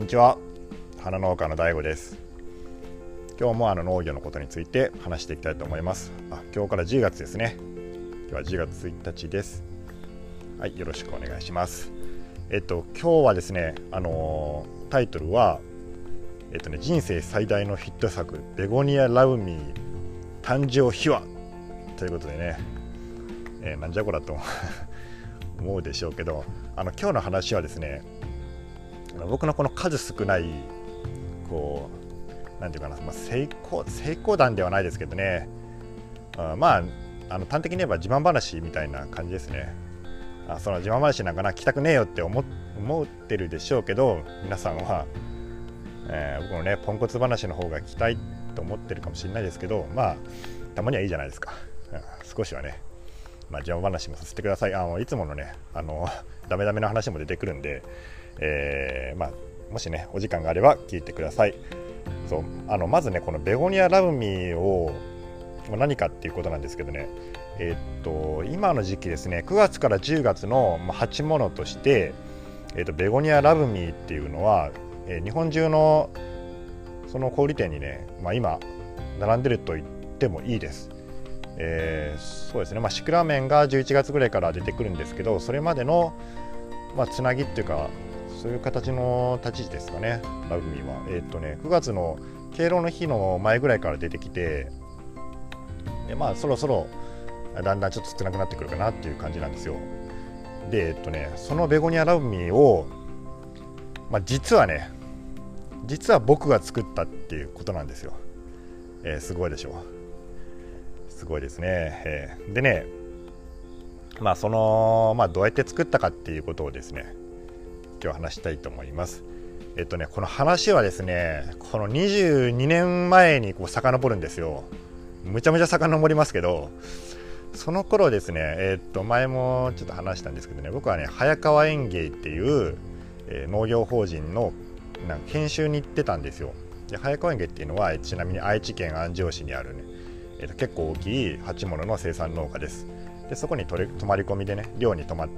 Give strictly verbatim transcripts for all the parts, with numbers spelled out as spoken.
にちは。花農家の大悟です。今日もあの農業のことについて話していきたいと思います。あ、今日からじゅうがつですね。今日はじゅうがつついたちです。はい、よろしくお願いします。えっと今日はですね、あのー、タイトルはえっとね人生最大のヒット作ベゴニアラブミー誕生秘話ということでね、えー、なんじゃこらと思うでしょうけど、あの今日の話はですね、僕のこの数少ないこうなんていうかな、まあ、成功成功談ではないですけどね、あまああの端的に言えば自慢話みたいな感じですね。あその自慢話なんかな聞きたくねえよって思思ってるでしょうけど、皆さんは、えー、僕のねポンコツ話の方が聞きたいと思ってるかもしれないですけど、まあたまにはいいじゃないですか。少しはね、まあ、自慢話もさせてください。あのいつものねあのダメダメな話も出てくるんで、えーまあ、もしねお時間があれば聞いてください。そうあのまずねこのベゴニアラブミーを何かっていうことなんですけどね、えー、っと今の時期ですね、くがつからじゅうがつの鉢物として、えー、っとベゴニアラブミーっていうのは、えー、日本中のその小売店にね、まあ、今並んでると言ってもいいです。えー、そうですね、まあ、シクラメンがじゅういちがつぐらいから出てくるんですけど、それまでの、まあ、つなぎっていうかそういう形の立ち位置ですかね。ラブミーはえー、っとねくがつの敬老の日の前ぐらいから出てきて、でまあそろそろだんだんちょっと少なくなってくるかなっていう感じなんですよ。でえっとねそのベゴニアラブミーを、まあ、実はね実は僕が作ったっていうことなんですよ。えー、すごいでしょう。すごいですね。えー、でねまあそのまあどうやって作ったかっていうことをですね今日話したいと思います。えっとねこの話はですねこのにじゅうにねんまえにこう遡るんですよ。むちゃむちゃ遡りますけど、その頃ですね、えっと前もちょっと話したんですけどね、僕はね早川園芸っていう、えー、農業法人のなんか研修に行ってたんですよ。で早川園芸っていうのはちなみに愛知県安城市にあるね、えー、と結構大きい鉢物の生産農家です。でそこに泊まり込みでね寮に泊まって、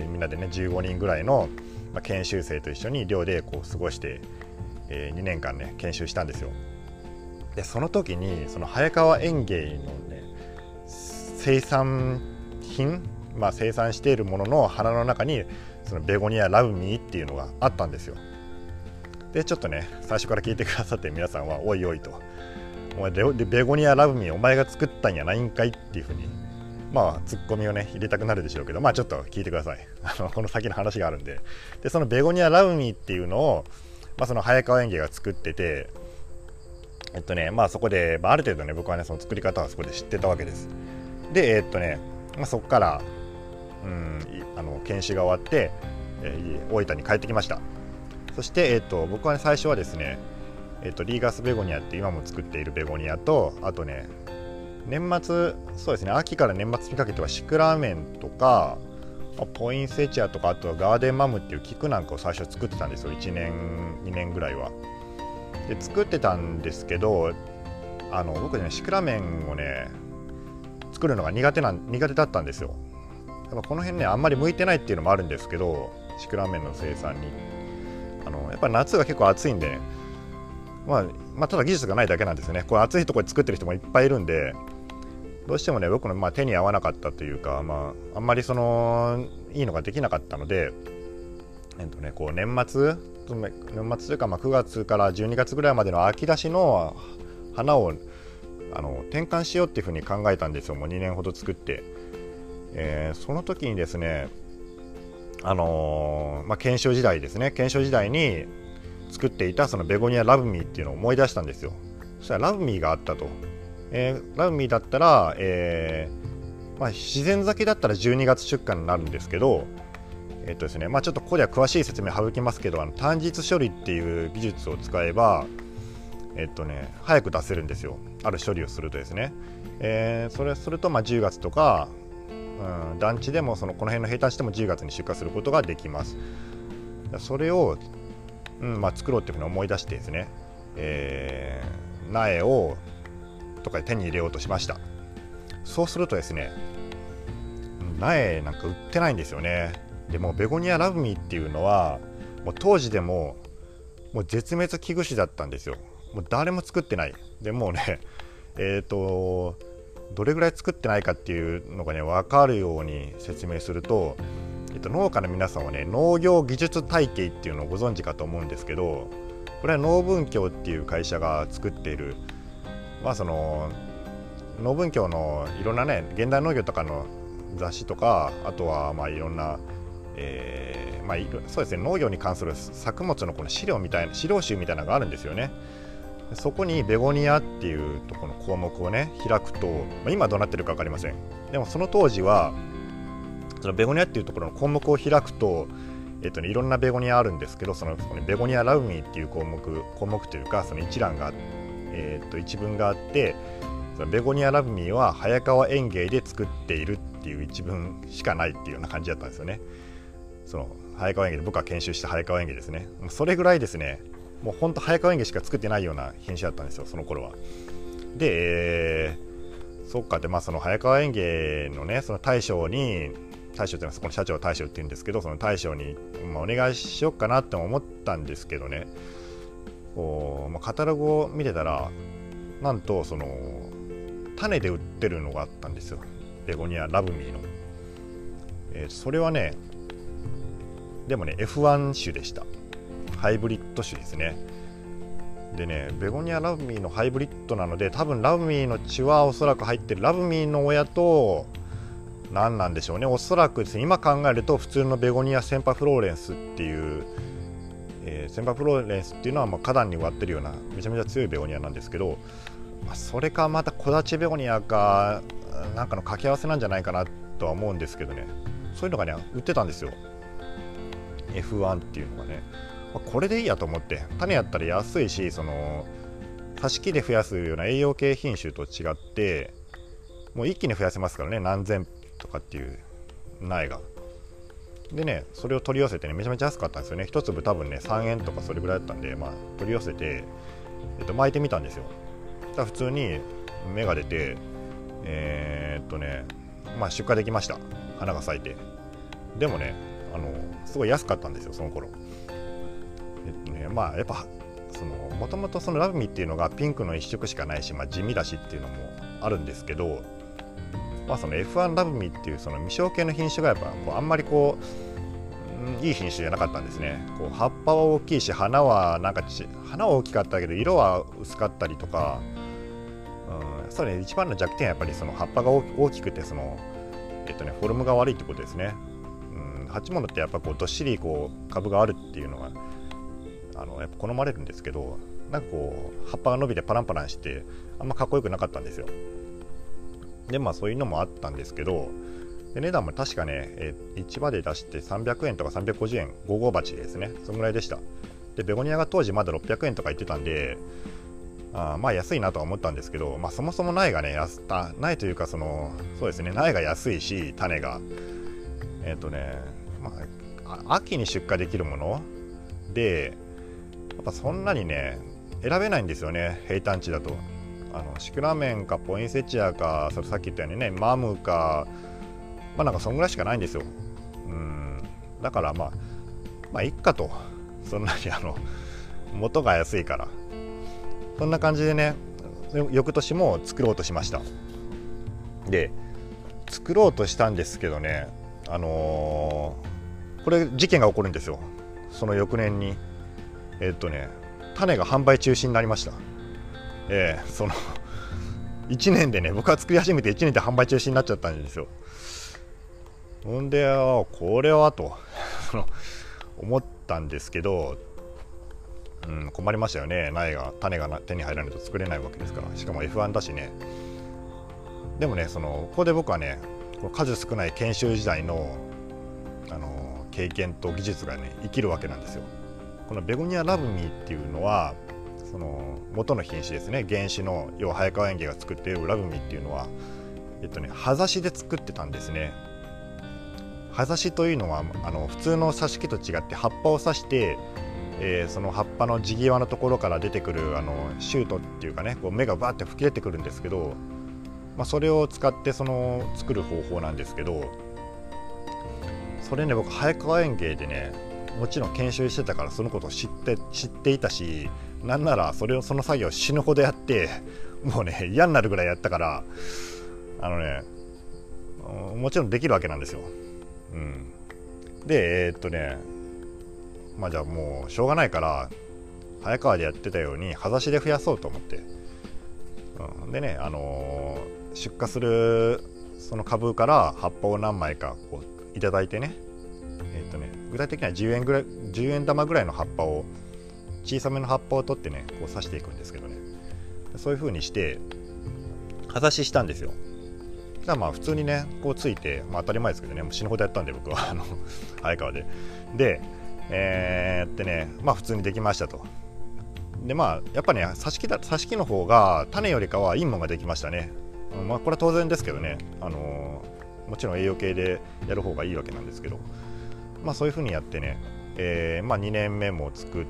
みんなでねじゅうごにんぐらいの、まあ、研修生と一緒に寮でこう過ごして、えー、にねんかんね研修したんですよ。でその時にその早川園芸のね生産品、まあ、生産しているものの花の中にそのベゴニアラブミーっていうのがあったんですよ。でちょっとね最初から聞いてくださって皆さんはおいおいと、お前でベゴニアラブミーお前が作ったんやないんかいっていうふうにまあツッコミをね入れたくなるでしょうけど、まあちょっと聞いてください。あのこの先の話があるんで。でそのベゴニアラブミーっていうのを、まあ、その早川園芸が作ってて、えっとねまあそこで、まあ、ある程度ね僕はねその作り方はそこで知ってたわけです。でえっとね、まあ、そこからうんあの研修が終わって、えー、大分に帰ってきました。そして、えっと、僕は、ね、最初はですね、えっと、リーガスベゴニアって今も作っているベゴニアと、あとね年末そうですね秋から年末にかけてはシクラメンとかポインセチアとか、あとはガーデンマムっていう菊なんかを最初作ってたんですよ。いちねんにねんぐらいはで作ってたんですけど、あの僕ねシクラメンをね作るのが苦手なん苦手だったんですよ。やっぱこの辺ねあんまり向いてないっていうのもあるんですけど、シクラメンの生産にあのやっぱ夏が結構暑いんで、ね、まあ、まあただ技術がないだけなんですよね。こう暑いところで作ってる人もいっぱいいるんで、どうしてもね僕のまあ手に合わなかったというか、まあ、あんまりそのいいのができなかったので、えっとね、こう年末年末というかまあくがつからじゅうにがつぐらいまでの秋出しの花をあの転換しようっていうふうに考えたんですよ。もうにねんほど作って、えー、その時にですねあのーまあ、検証時代ですね検証時代に作っていたそのベゴニアラブミーっていうのを思い出したんですよ。そしたらラブミーがあったと、えー、ラブミーだったら、えーまあ、自然咲きだったらじゅうにがつ出荷になるんですけど、えーとですねまあ、ちょっとここでは詳しい説明省きますけど、あの単日処理っていう技術を使えばえっとね早く出せるんですよ。ある処理をするとですね、えー、それするとまあじゅうがつとか、うん、団地でもそのこの辺の平坦地でもじゅうがつに出荷することができます。それを、うんまあ、作ろうっていうふうに思い出してですね、えー、苗をとか手に入れようとしました。そうするとですね苗なんか売ってないんですよね。でもベゴニアラブミーっていうのはもう当時でももう絶滅危惧種だったんですよ。もう誰も作ってない。でもうねえっとどれぐらい作ってないかっていうのがね分かるように説明すると、えっと、農家の皆さんはね農業技術体系っていうのをご存知かと思うんですけど、これは農文教っていう会社が作っている、まあその農文教のいろんなね現代農業とかの雑誌とか、あとはまあいろんな、えーまあ、そうですね農業に関する作物のこの資料みたいな資料集みたいなのがあるんですよね。そこにベゴニアっていうところの項目をね開くと、まあ、今どうなってるか分かりません。でもその当時はそのベゴニアっていうところの項目を開くと、えっとね、いろんなベゴニアあるんですけど、そのベゴニアラブミーっていう項目項目というかその一覧が、えっと一文があって、そのベゴニアラブミーは早川園芸で作っているっていう一文しかないっていうような感じだったんですよね。その早川園芸で僕が研修した早川園芸ですね。もうそれぐらいですね、もうほんと早川園芸しか作ってないような品種だったんですよ、その頃は。で、えー、そっかで、まあその早川園芸のねその大将に大将っていうのはそこの社長は大将って言うんですけど、その大将に、まあ、お願いしようかなって思ったんですけどね、こう、まあ、カタログを見てたらなんとその種で売ってるのがあったんですよ、ベゴニアラブミーの、えー、それはねでもね エフワン 種でした。ハイブリッド種ですね。でねベゴニアラブミーのハイブリッドなので、多分ラブミーの血はおそらく入ってる。ラブミーの親と何なんでしょうね、おそらくですね今考えると普通のベゴニアセンパフローレンスっていう、えー、センパフローレンスっていうのはまあ花壇に植わってるようなめちゃめちゃ強いベゴニアなんですけど、まあ、それかまた木立ベゴニアかなんかの掛け合わせなんじゃないかなとは思うんですけどね、そういうのがね売ってたんですよ エフワン っていうのがね。まあ、これでいいやと思って、種やったら安いし、その挿し木で増やすような栄養系品種と違ってもう一気に増やせますからね、何千とかっていう苗が。でねそれを取り寄せてねめちゃめちゃ安かったんですよね。一粒多分ねさんえんとかそれぐらいだったんで、まあ、取り寄せて、えっと、巻いてみたんですよ。だから普通に芽が出てえー、っとねまあ出荷できました。花が咲いて。でもねあのすごい安かったんですよその頃。えっとねまあやっぱそのもともとそのラブミっていうのがピンクの一色しかないし、まあ、地味だしっていうのもあるんですけど、まあ、その エフワン ラブミっていうその未生系の品種がやっぱこうあんまりこう、うん、いい品種じゃなかったんですね。こう葉っぱは大きいし花はなんかち花は大きかったけど色は薄かったりとか、うん、それ一番の弱点はやっぱりその葉っぱが大きくてその、えっとね、フォルムが悪いってことですね。うん、鉢物ってやっぱこうどっしりこう株があるっていうのがあのやっぱ好まれるんですけど、なんかこう葉っぱが伸びてパランパランしてあんまかっこよくなかったんですよ。でまあそういうのもあったんですけど、で値段も確かね、え市場で出してさんびゃくえんとかさんびゃくごじゅうえん、ご号鉢ですね、そのぐらいでした。でベゴニアが当時まだろっぴゃくえんとか言ってたんで、あまあ安いなとは思ったんですけど、まあ、そもそも苗がね安た苗というかそのそうですね苗が安いし、種がえっ、ー、とね、まあ、秋に出荷できるものでやっぱそんなにね選べないんですよね、平坦地だと。あのシクラメンかポインセチアか、それさっき言ったようにねマムか、まあなんかそんぐらいしかないんですよ。うんだからまあまあいっかと、そんなにあの元が安いから、そんな感じでね翌年も作ろうとしました。で作ろうとしたんですけどね、あのー、これ事件が起こるんですよ。その翌年にえっとね種が販売中止になりました。えー、そのいちねんでね、僕は作り始めていちねんで販売中止になっちゃったんですよ。ほんでこれはと思ったんですけど、うん、困りましたよね。苗が種が手に入らないと作れないわけですから、しかも エフワン だしね。でもねそのここで僕はね数少ない研修時代の、あのー、経験と技術がね生きるわけなんですよ。このベゴニアラブミーっていうのはその元の品種ですね、原種の要は早川園芸が作っているラブミーっていうのはえっとね葉差しで作ってたんですね。葉差しというのはあの普通の挿し木と違って葉っぱを挿して、えー、その葉っぱの地際のところから出てくるあのシュートっていうかね、こう芽がバーって吹き出てくるんですけど、まあ、それを使ってその作る方法なんですけど、それね僕早川園芸でねもちろん研修してたからそのことを知って知っていたし、なんならそれをその作業を死ぬほどやってもうね嫌になるぐらいやったから、あのねもちろんできるわけなんですよ。うん、でえー、っとねまあじゃあもうしょうがないから早川でやってたように葉差しで増やそうと思って、うん、でね、あのー、出荷するその株から葉っぱを何枚かこういただいてね、えー、っとね具体的にはじゅうえんぐらいじゅうえん玉ぐらいの葉っぱを小さめの葉っぱを取ってねこう刺していくんですけどね、そういう風にして葉差ししたんですよ。だからまあ普通にねこうついて、まあ、当たり前ですけどね、もう死ぬほどやったんで僕はあの早川ででえー、ってねまあ普通にできましたと。でまあやっぱね挿し木だ挿し木の方が種よりかはいいものができましたね。まあこれは当然ですけどね、あのー、もちろん栄養系でやる方がいいわけなんですけど、まあそういう風にやってね、えー、まあにねんめも作って、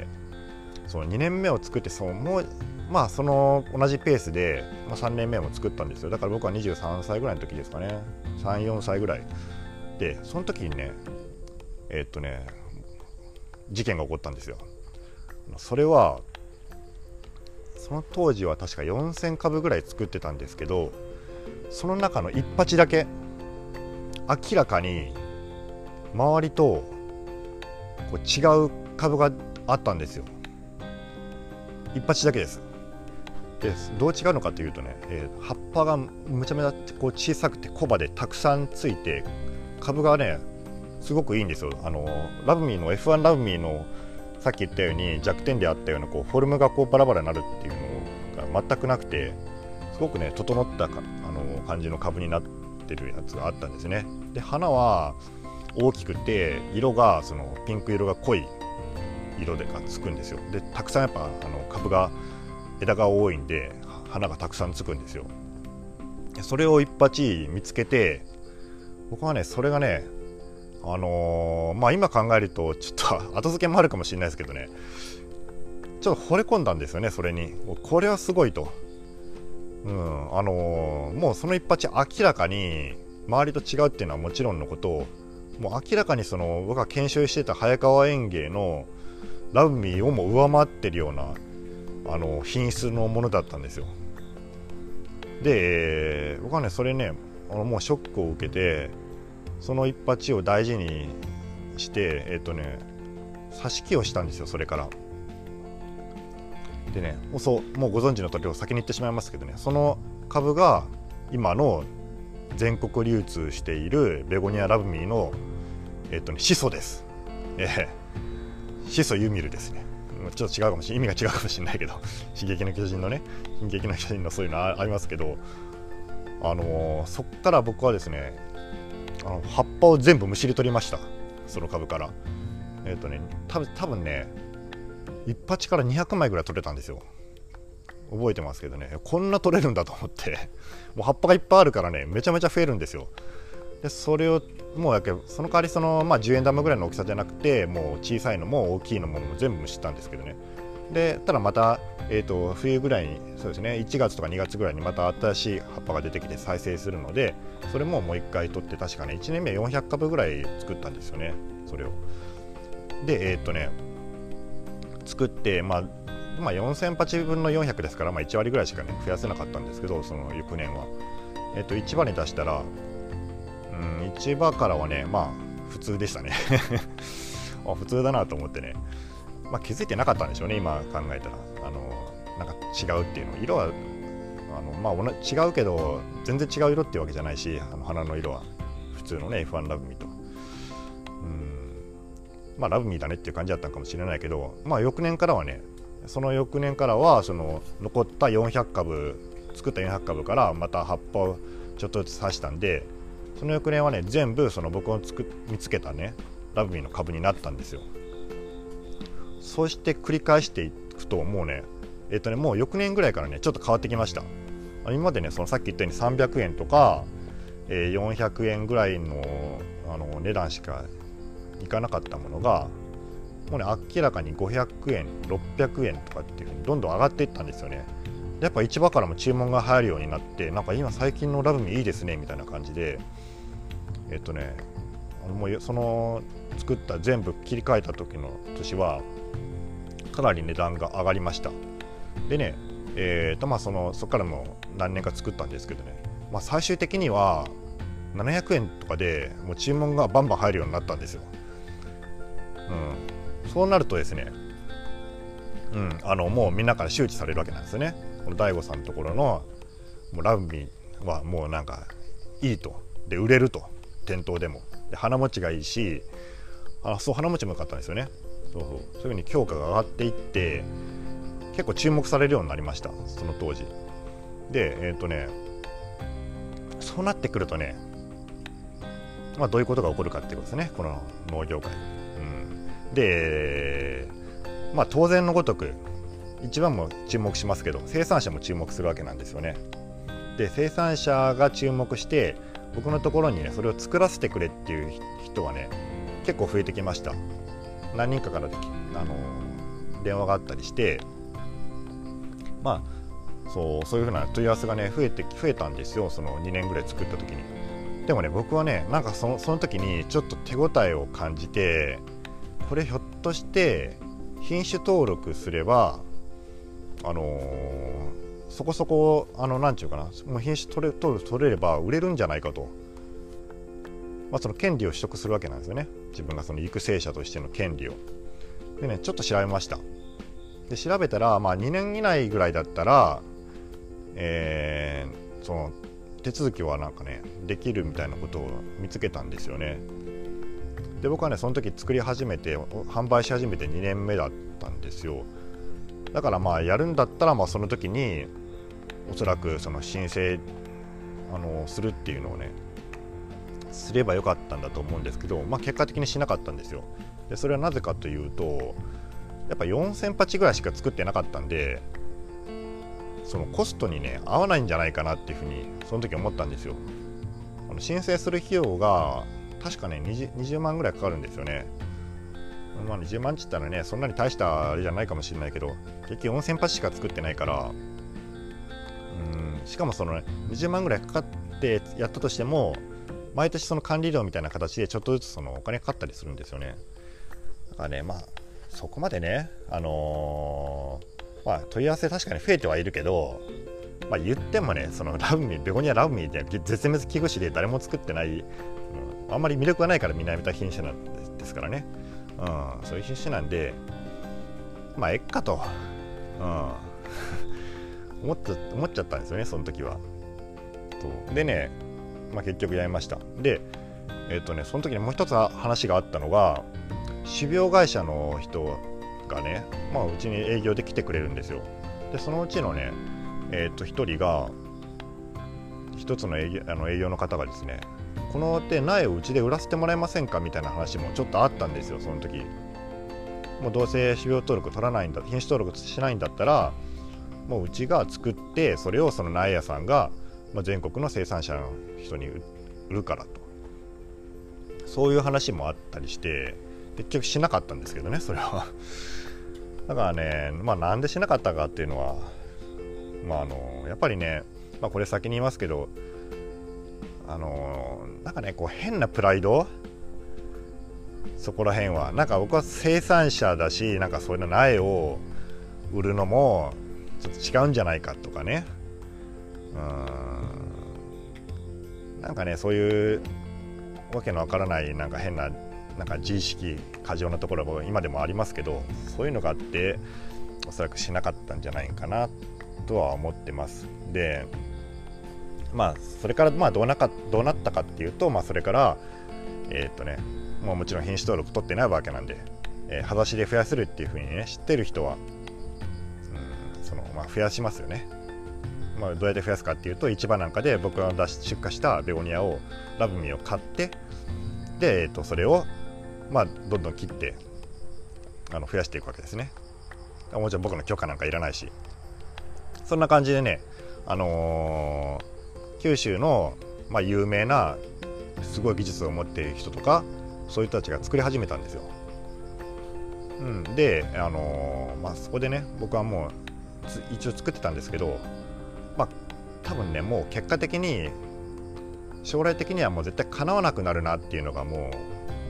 そのにねんめを作ってそうもうまあその同じペースで、まあ、さんねんめも作ったんですよ。だから僕はにじゅうさんさいぐらいの時ですかね、さん、よんさいぐらいで、その時にねえー、っとね事件が起こったんですよ。それはその当時は確かよんせんかぶぐらい作ってたんですけど、その中の一鉢だけ明らかに周りとこう違う株があったんですよ。一鉢だけです。でどう違うのかというとね、えー、葉っぱがむちゃめちゃこう小さくて小葉でたくさんついて、株がねすごくいいんですよ。あのラブミーの エフワン ラブミーのさっき言ったように弱点であったようなこうフォルムがこうバラバラになるっていうのが全くなくて、すごくね整ったかあの感じの株になってるやつがあったんですね。で花は大きくて色がそのピンク色が濃い色でがつくんですよ。でたくさんやっぱあの株が枝が多いんで花がたくさんつくんですよ。それを一鉢見つけて、僕はねそれがねあのー、まあ今考えるとちょっと後付けもあるかもしれないですけどね、ちょっと惚れ込んだんですよねそれに。これはすごいと、うんあのー、もうその一鉢明らかに周りと違うっていうのはもちろんのこと、もう明らかにその僕が研修してた早川園芸のラブミーをも上回ってるようなあの品質のものだったんですよ。で僕はねそれねあのもうショックを受けて、その一鉢を大事にしてえっとね挿し木をしたんですよ。それからでねもうそうもうご存知の通りを先に言ってしまいますけどね、その株が今の全国流通しているベゴニアラブミーのえっとね始祖です。えー、始祖ユミルですね。ちょっと違うかもしれない、意味が違うかもしれないけど進撃の巨人のね進撃の巨人のそういうのありますけど、あのー、そっから僕はですねあの葉っぱを全部むしり取りました。その株からえっとね多分多分ね一鉢からにひゃくまいぐらい取れたんですよ。覚えてますけどね、こんな取れるんだと思ってもう葉っぱがいっぱいあるからねめちゃめちゃ増えるんですよ。でそれをもうやけその代わりその、まあ、じゅうえん玉ぐらいの大きさじゃなくてもう小さいのも大きいのも全部むしったんですけどね。でただまた、えーと、冬ぐらいにそうですねいちがつとかにがつぐらいにまた新しい葉っぱが出てきて再生するので、それももういっかい取って確かねいちねんめよんひゃくかぶぐらい作ったんですよね。それをでえっ、ー、とね作って、まあ、まあよんせん鉢分のよんひゃくですから、まあ、いちわりぐらいしかね増やせなかったんですけど、その翌年はえっ、ー、といちばに出したらうんいちばからはねまあ普通でしたねあ普通だなと思ってね、まあ、気づいてなかったんでしょうね今考えたら。あのなんか違うっていうの色はあの、まあ、違うけど全然違う色っていうわけじゃないし、あの花の色は普通のね エフワン ラブミーとうんまあラブミーだねっていう感じだったかもしれないけど、まあ翌年からはねその翌年からはその残ったよんひゃくかぶ作ったよんひゃくかぶからまた葉っぱをちょっとずつ刺したんで、その翌年はね全部その僕のつく見つけたねラブミーの株になったんですよ。そして繰り返していくともうねえっとねもう翌年ぐらいからねちょっと変わってきました。今までねそのさっき言ったようにさんびゃくえんとか、えー、よんひゃくえんぐらいの、あの値段しかいかなかったものがもうね明らかにごひゃくえんろっぴゃくえんとかっていう風にどんどん上がっていったんですよね。やっぱ市場からも注文が入るようになって、なんか今最近のラブミーいいですねみたいな感じでえっとねもうその作った全部切り替えた時の年はかなり値段が上がりました。でね、えーとまあ、そのそこからも何年か作ったんですけどね、まあ、最終的にはななひゃくえんとかでもう注文がバンバン入るようになったんですよ。うん、そうなるとですね、うん、あのもうみんなから周知されるわけなんですよね。この大悟さんのところのもうラブミーはもうなんかいいと、で売れると、店頭でもで花持ちがいいし、あそう花持ちも良かったんですよね。そうそうそういう風に評価が上がっていって結構注目されるようになりました、その当時で。えっ、ー、とねそうなってくるとね、まあ、どういうことが起こるかっていうことですね、この農業界、うん、でまあ当然のごとく一番も注目しますけど生産者も注目するわけなんですよね。で生産者が注目して僕のところにねそれを作らせてくれっていう人はね結構増えてきました。何人かからであの電話があったりして、まあそうそういうふうな問い合わせがね増えて増えたんですよ、そのにねんぐらい作った時に。でもね僕はねなんかそのその時にちょっと手応えを感じて、これひょっとして品種登録すればあのー、そこそこあのなんていうかな、もう品種取れ取る取れれば売れるんじゃないかと、まあ、その権利を取得するわけなんですよね、自分がその育成者としての権利を。でねちょっと調べました。で調べたら、まあ、にねん以内ぐらいだったら、えー、その手続きはなんかねできるみたいなことを見つけたんですよね。で僕はねその時作り始めて販売し始めてにねんめだったんですよ。だからまあやるんだったらまあその時におそらくその申請あのするっていうのをねすればよかったんだと思うんですけど、まあ、結果的にしなかったんですよ。でそれはなぜかというとやっぱよんせん鉢ぐらいしか作ってなかったんで、そのコストにね合わないんじゃないかなっていうふうにその時思ったんですよ。あの申請する費用が確かね 20, 20万ぐらいかかるんですよね。まあにじゅうまんって言ったらねそんなに大したあれじゃないかもしれないけど、結局よんせん鉢しか作ってないから、うんしかもその、ね、にじゅうまんぐらいかかってやったとしても毎年その管理料みたいな形でちょっとずつそのお金かかったりするんですよね。だからねまあそこまでねあのー、まあ問い合わせ確かに増えてはいるけど、まあ、言ってもねそのラブミーベゴニアラブミーって絶滅危惧種で誰も作ってない、うん、あんまり魅力がないからみんなやめた品種なんです、ですからね、うん、そういう品種なんでまあえっかと、うん、思っちゃ思っちゃったんですよねその時は。とでねまあ、結局やりました。で、えーとね、その時にもう一つ話があったのが、種苗会社の人がね、まあ、うちに営業で来てくれるんですよ。でそのうちのね、えーと一人が一つの営業、あの営業の方がですね、この手苗をうちで売らせてもらえませんかみたいな話もちょっとあったんですよ。その時もうどうせ種苗登録取らないんだ、品種登録しないんだったらもううちが作ってそれをその苗屋さんがまあ、全国の生産者の人に売るからと、そういう話もあったりして結局しなかったんですけどねそれはだからね、まあ、なんでしなかったかっていうのは、まあ、あのやっぱりね、まあ、これ先に言いますけどあのなんかねこう変なプライド、そこら辺はなんか僕は生産者だし、なんかそういう苗を売るのもちょっと違うんじゃないかとかね、うーんなんかねそういうわけのわからないなんか変ななんか自意識過剰なところも今でもありますけど、そういうのがあっておそらくしなかったんじゃないかなとは思ってます。でまあそれからまあどうなかどうなったかっていうと、まあそれからえー、っとねもうもちろん品種登録取ってないわけなんで、えー、裸足で増やせるっていうふうにね知ってる人はうんそのまあ増やしますよね。まあ、どうやって増やすかっていうと市場なんかで僕が出し出荷したベゴニアをラブミーを買ってで、えー、とそれをまあどんどん切ってあの増やしていくわけですね。もちろん僕の許可なんかいらないし、そんな感じでね、あのー、九州の、まあ、有名なすごい技術を持っている人とかそういう人たちが作り始めたんですよ。うん、で、あのーまあ、そこでね僕はもう一応作ってたんですけど、まあ、多分ねもう結果的に将来的にはもう絶対叶わなくなるなっていうのがも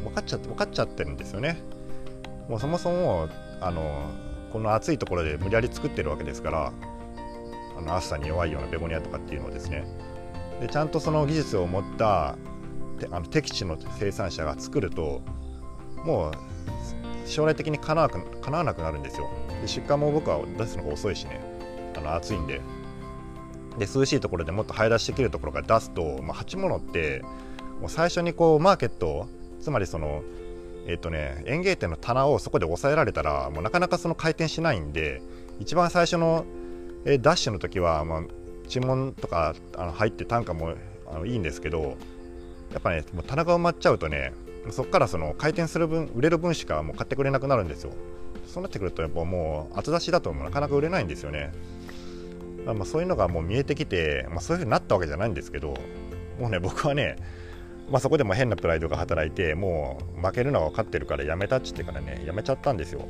分かっちゃって分かっちゃってるんですよね。もうそもそもあのこの暑いところで無理やり作ってるわけですから、あの暑さに弱いようなベゴニアとかっていうのをですね、でちゃんとその技術を持ったあの適地の生産者が作ると、もう将来的にかなわなく、かなわなくなるんですよ。で出荷も僕は出すのが遅いしね、あの暑いんで。で涼しいところでもっと生え出してきるところから出すと、まあ、鉢物ってもう最初にこうマーケット、つまりそのえっとね園芸店の棚をそこで抑えられたら、もうなかなかその回転しないんで、一番最初のえダッシュの時は、まあ、注文とかあの入って単価もあのいいんですけど、やっぱねもう棚が埋まっちゃうとね、そこからその回転する分、売れる分しかもう買ってくれなくなるんですよ。そうなってくるとやっぱもう後出しだとなかなか売れないんですよね。まあ、そういうのがもう見えてきて、まあ、そういう風になったわけじゃないんですけど、もうね僕はね、まあ、そこでも変なプライドが働いて、もう負けるのは分かってるからやめたっつってからね、やめちゃったんですよ。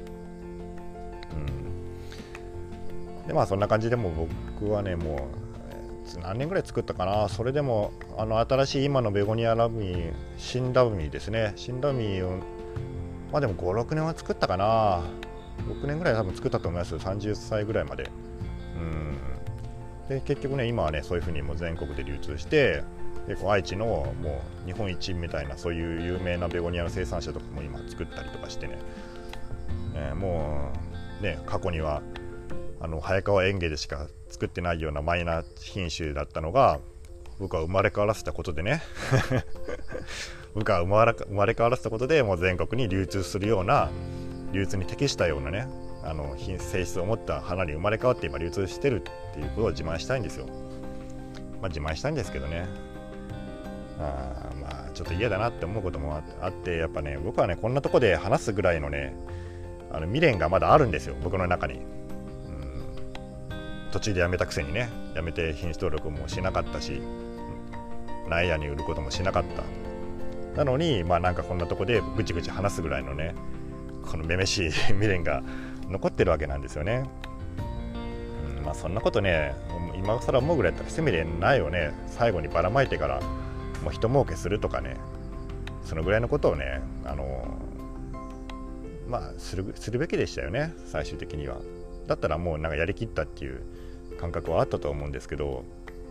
うん、でまあそんな感じでもう僕はね、もう何年ぐらい作ったかな。それでもあの新しい今のベゴニアラブミー、新ラブミーですね、新ラブミーをまあでもご、ろくねんは作ったかな。ろくねんぐらい多分作ったと思います。さんじゅっさいぐらいまで。うんで結局ね、今はねそういう風にもう全国で流通して、結構愛知のもう日本一みたいなそういう有名なベゴニアの生産者とかも今作ったりとかしてね、えー、もうね過去にはあの早川園芸でしか作ってないようなマイナー品種だったのが、僕は生まれ変わらせたことでね僕は生まれ、生まれ変わらせたことでもう全国に流通するような、流通に適したようなねあの性質を持った花に生まれ変わって今流通してるっていうことを自慢したいんですよ。まあ自慢したいんですけどね、あまあちょっと嫌だなって思うこともあって、やっぱね僕はねこんなとこで話すぐらいのねあの未練がまだあるんですよ、僕の中に。うん、途中でやめたくせにね、やめて品種登録もしなかったし、ナイヤに売ることもしなかった。なのにまあなんかこんなとこでぐちぐち話すぐらいのね、このめめしい未練が残ってるわけなんですよね。うん、まあそんなことね今更思うぐらいだったら、せめて苗をね最後にばらまいてからもう一儲けするとかね、そのぐらいのことをねあのまあするするべきでしたよね、最終的には。だったらもうなんかやりきったっていう感覚はあったと思うんですけど、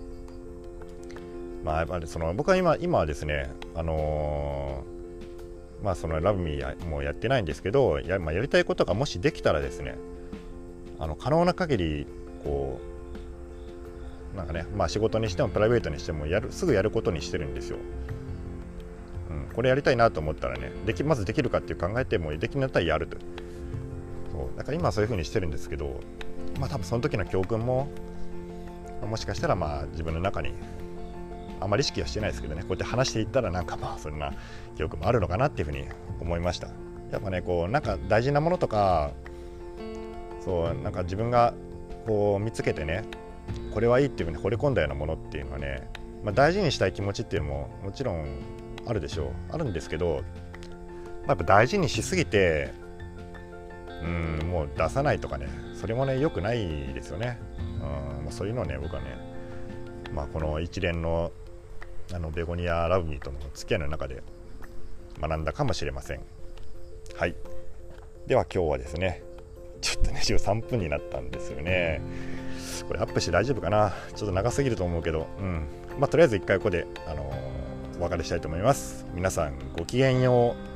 まあやっぱりその僕は今今はですね、あのー、まあそのラブミーもやってないんですけど、や、まあ、やりたいことがもしできたらですね、あの可能な限りこうなんかね、まあ仕事にしてもプライベートにしてもやるすぐやることにしてるんですよ。うん、これやりたいなと思ったらね、できまずできるかっていう考えてもできるんだったらやると。そうだから今はそういう風にしてるんですけど、まあ多分その時の教訓ももしかしたらまあ自分の中にあまり意識はしてないですけどね、こうやって話していったらなんかまあそんな記憶もあるのかなっていうふうに思いました。やっぱねこうなんか大事なものとか、そうなんか自分がこう見つけてね、これはいいっていうふうに惚れ込んだようなものっていうのはね、まあ、大事にしたい気持ちっていうのももちろんあるでしょう、あるんですけど、まあ、やっぱ大事にしすぎてうんもう出さないとかね、それもね良くないですよね。うん、まあ、そういうのをね僕はね、まあ、この一連のあのベゴニアラブミーとの付き合いの中で学んだかもしれません。はい、では今日はですね、ちょっとねじゅうさんぷんになったんですよね。これアップして大丈夫かな、ちょっと長すぎると思うけど、うんまあ、とりあえず一回ここで、あのー、お別れしたいと思います。皆さんごきげんよう。